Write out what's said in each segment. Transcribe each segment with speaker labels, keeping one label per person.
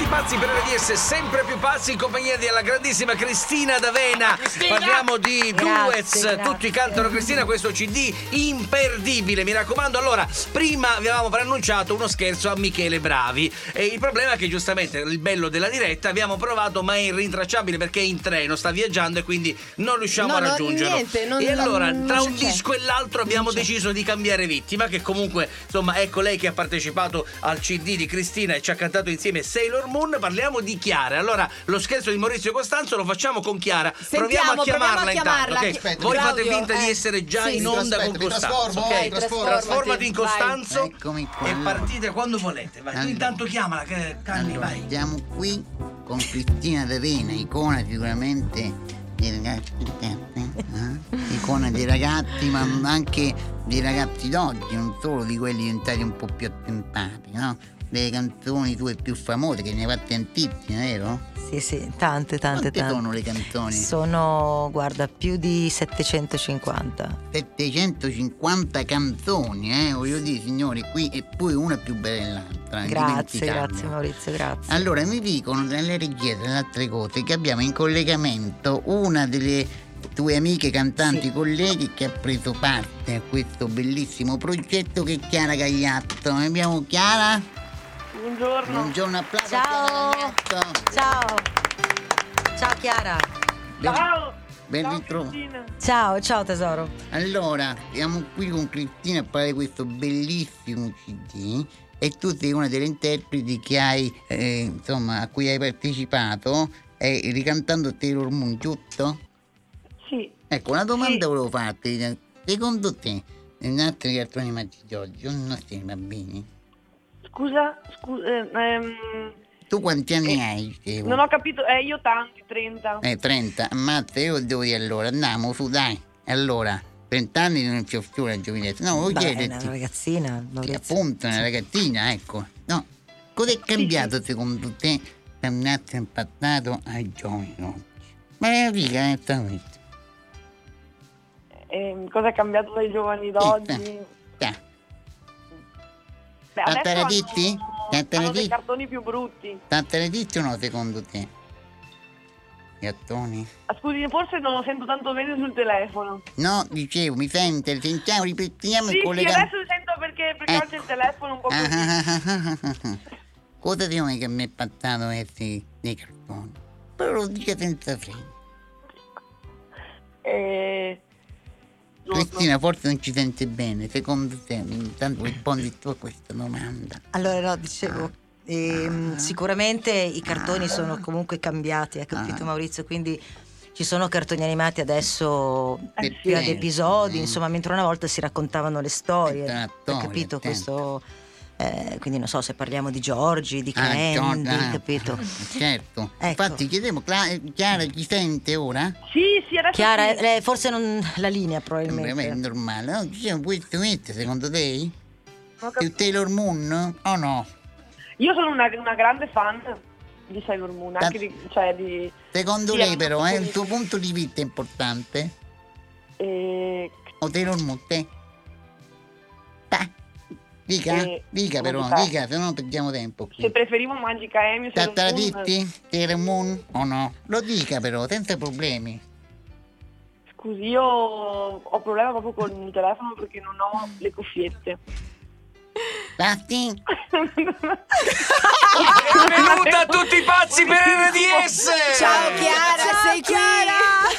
Speaker 1: pazzi per RDS, sempre più pazzi in compagnia della grandissima Cristina D'Avena. Parliamo di duets, tutti cantano Cristina, questo CD imperdibile, mi raccomando. Allora, prima avevamo preannunciato uno scherzo a Michele Bravi e il problema è che giustamente il bello della diretta abbiamo provato ma è irrintracciabile perché è in treno, sta viaggiando e quindi non riusciamo a raggiungerlo. E allora tra un disco e l'altro abbiamo deciso di cambiare vittima, che comunque insomma ecco lei che ha partecipato al CD di Cristina e ci ha cantato insieme Sailor Moon. Parliamo di Chiara. Allora lo scherzo di Maurizio Costanzo lo facciamo con Chiara. Proviamo a chiamarla intanto, okay?
Speaker 2: Aspetta,
Speaker 1: voi
Speaker 2: Claudio,
Speaker 1: fate finta di essere già in onda con Costanzo, ok? Trasformati in Costanzo.
Speaker 3: Eccomi qua.
Speaker 1: E partite quando volete. Vai, tu intanto chiamala, che calmi,
Speaker 3: allora,
Speaker 1: vai.
Speaker 3: Siamo qui con Cristina D'Avena, icona sicuramente dei ragazzi, icona dei ragazzi, ma anche dei ragazzi d'oggi, non solo di quelli diventati un po' più attempati, no? Delle canzoni tue più famose, che ne hai fatte tantissime, vero?
Speaker 4: Sì, tante.
Speaker 3: Quante sono le canzoni?
Speaker 4: Sono, guarda, più di 750.
Speaker 3: 750 canzoni, voglio dire, signori, qui è poi una più bella dell'altra.
Speaker 4: Grazie Maurizio, grazie.
Speaker 3: Allora, mi dicono dalle regie e dalle altre cose che abbiamo in collegamento una delle tue amiche cantanti colleghi che ha preso parte a questo bellissimo progetto, che è Chiara Gagliatto. Abbiamo Chiara? Buongiorno, applauso.
Speaker 4: Ciao Chiara.
Speaker 5: Ciao.
Speaker 3: Ben ritrovato.
Speaker 4: Ciao tesoro.
Speaker 3: Allora, siamo qui con Cristina a parlare di questo bellissimo CD e tu sei una delle interpreti che hai, insomma, a cui hai partecipato, ricantando Sailor Moon, giusto?
Speaker 5: Sì.
Speaker 3: Ecco, una domanda volevo farti. Secondo te, negli altri cartoni animati di oggi, sono i nostri bambini?
Speaker 5: Scusa,
Speaker 3: Tu quanti anni hai?
Speaker 5: non ho capito, io tanti, 30.
Speaker 3: 30, ammazza, io devo dire allora, andiamo su, dai. Allora, 30 anni non c'è più una giovinezza. No, voglio chiederti.
Speaker 4: È una ragazzina.
Speaker 3: Appunto, una ragazzina, ecco. No, cos'è cambiato secondo te da un altro impattato ai giovani oggi? Ma è figa, sta questo.
Speaker 5: Cosa è cambiato dai giovani d'oggi?
Speaker 3: Tantaraditti?
Speaker 5: Hanno dei cartoni più brutti.
Speaker 3: Tantaraditti o no, secondo te? Gattoni?
Speaker 5: Scusi, forse non lo sento tanto bene sul telefono.
Speaker 3: No, dicevo, mi sente, sentiamo, ripetiamo il
Speaker 5: Sì,
Speaker 3: collegamento.
Speaker 5: adesso sento perché oggi il telefono un po' così.
Speaker 3: Cosa dico che mi è passato questi dei cartoni? Però lo dice senza freno. Cristina, forse non ci sente bene, secondo te? Intanto rispondi tu a questa domanda.
Speaker 4: Allora, no, dicevo, sicuramente i cartoni sono comunque cambiati, hai capito Maurizio? Quindi ci sono cartoni animati adesso più ad episodi, insomma, mentre una volta si raccontavano le storie, hai capito? Questo... quindi non so se parliamo di Giorgi, di Candy, capito?
Speaker 3: Certo.
Speaker 4: Ecco.
Speaker 3: Infatti chiedevo, Chiara ci sente ora?
Speaker 5: Sì, adesso
Speaker 4: Chiara,
Speaker 5: sì.
Speaker 4: forse non la linea probabilmente.
Speaker 3: È normale, no? Diciamo questo, secondo te? Più Sailor Moon o no?
Speaker 5: Io sono una grande fan di Sailor Moon, anche di
Speaker 3: secondo lei però, il tuo punto di vista è importante? O Sailor Moon, te? Dica però, se no perdiamo tempo qui.
Speaker 5: Se preferivo Magica Amy,
Speaker 3: Sailor Moon o no? Lo dica però, senza problemi.
Speaker 5: Scusi, io ho problema proprio con il telefono perché non ho le cuffiette.
Speaker 3: Basti?
Speaker 1: Benvenuta a tutti i pazzi per RDS!
Speaker 2: Ciao Chiara, sei Chiara!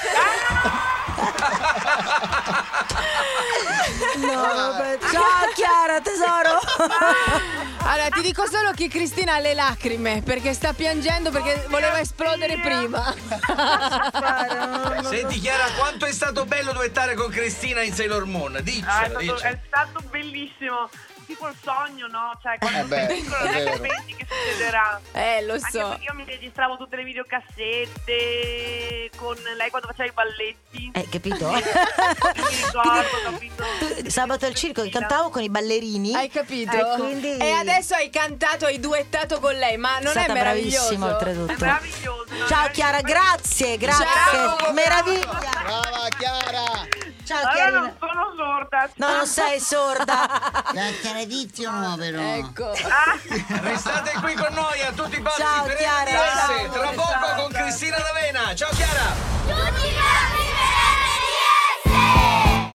Speaker 4: Ciao Chiara, tesoro.
Speaker 2: Allora ti dico solo che Cristina ha le lacrime perché sta piangendo perché voleva esplodere prima.
Speaker 1: Senti Chiara, quanto è stato bello duettare con Cristina in Sailor Moon? Diccelo.
Speaker 5: È stato bellissimo. Tipo il sogno, no? Cioè, quando sei piccolo non è che pensi che succederà.
Speaker 2: Lo so.
Speaker 5: Anche perché io mi registravo tutte le videocassette con lei quando faceva i balletti.
Speaker 4: Capito?
Speaker 5: Mi ricordo, capito?
Speaker 4: Sabato al circo cantavo con i ballerini.
Speaker 2: Hai capito?
Speaker 4: Quindi...
Speaker 2: E adesso hai cantato, hai duettato con lei, ma non è meraviglioso?
Speaker 4: Bravissimo oltretutto.
Speaker 5: È meraviglioso.
Speaker 4: Ciao Chiara, grazie.
Speaker 2: Ciao.
Speaker 4: Meraviglia.
Speaker 3: Brava Chiara.
Speaker 4: Ciao
Speaker 5: Allora
Speaker 4: Chiarina.
Speaker 5: non sono sorda.
Speaker 4: No, non sei sorda.
Speaker 3: L'alternatizio però.
Speaker 2: Ecco.
Speaker 1: Restate qui con noi a tutti i pazzi
Speaker 4: Ciao,
Speaker 1: per
Speaker 4: Chiara.
Speaker 1: RDS.
Speaker 4: Ciao,
Speaker 1: Tra poco con Cristina D'Avena. Ciao Chiara.
Speaker 6: Tutti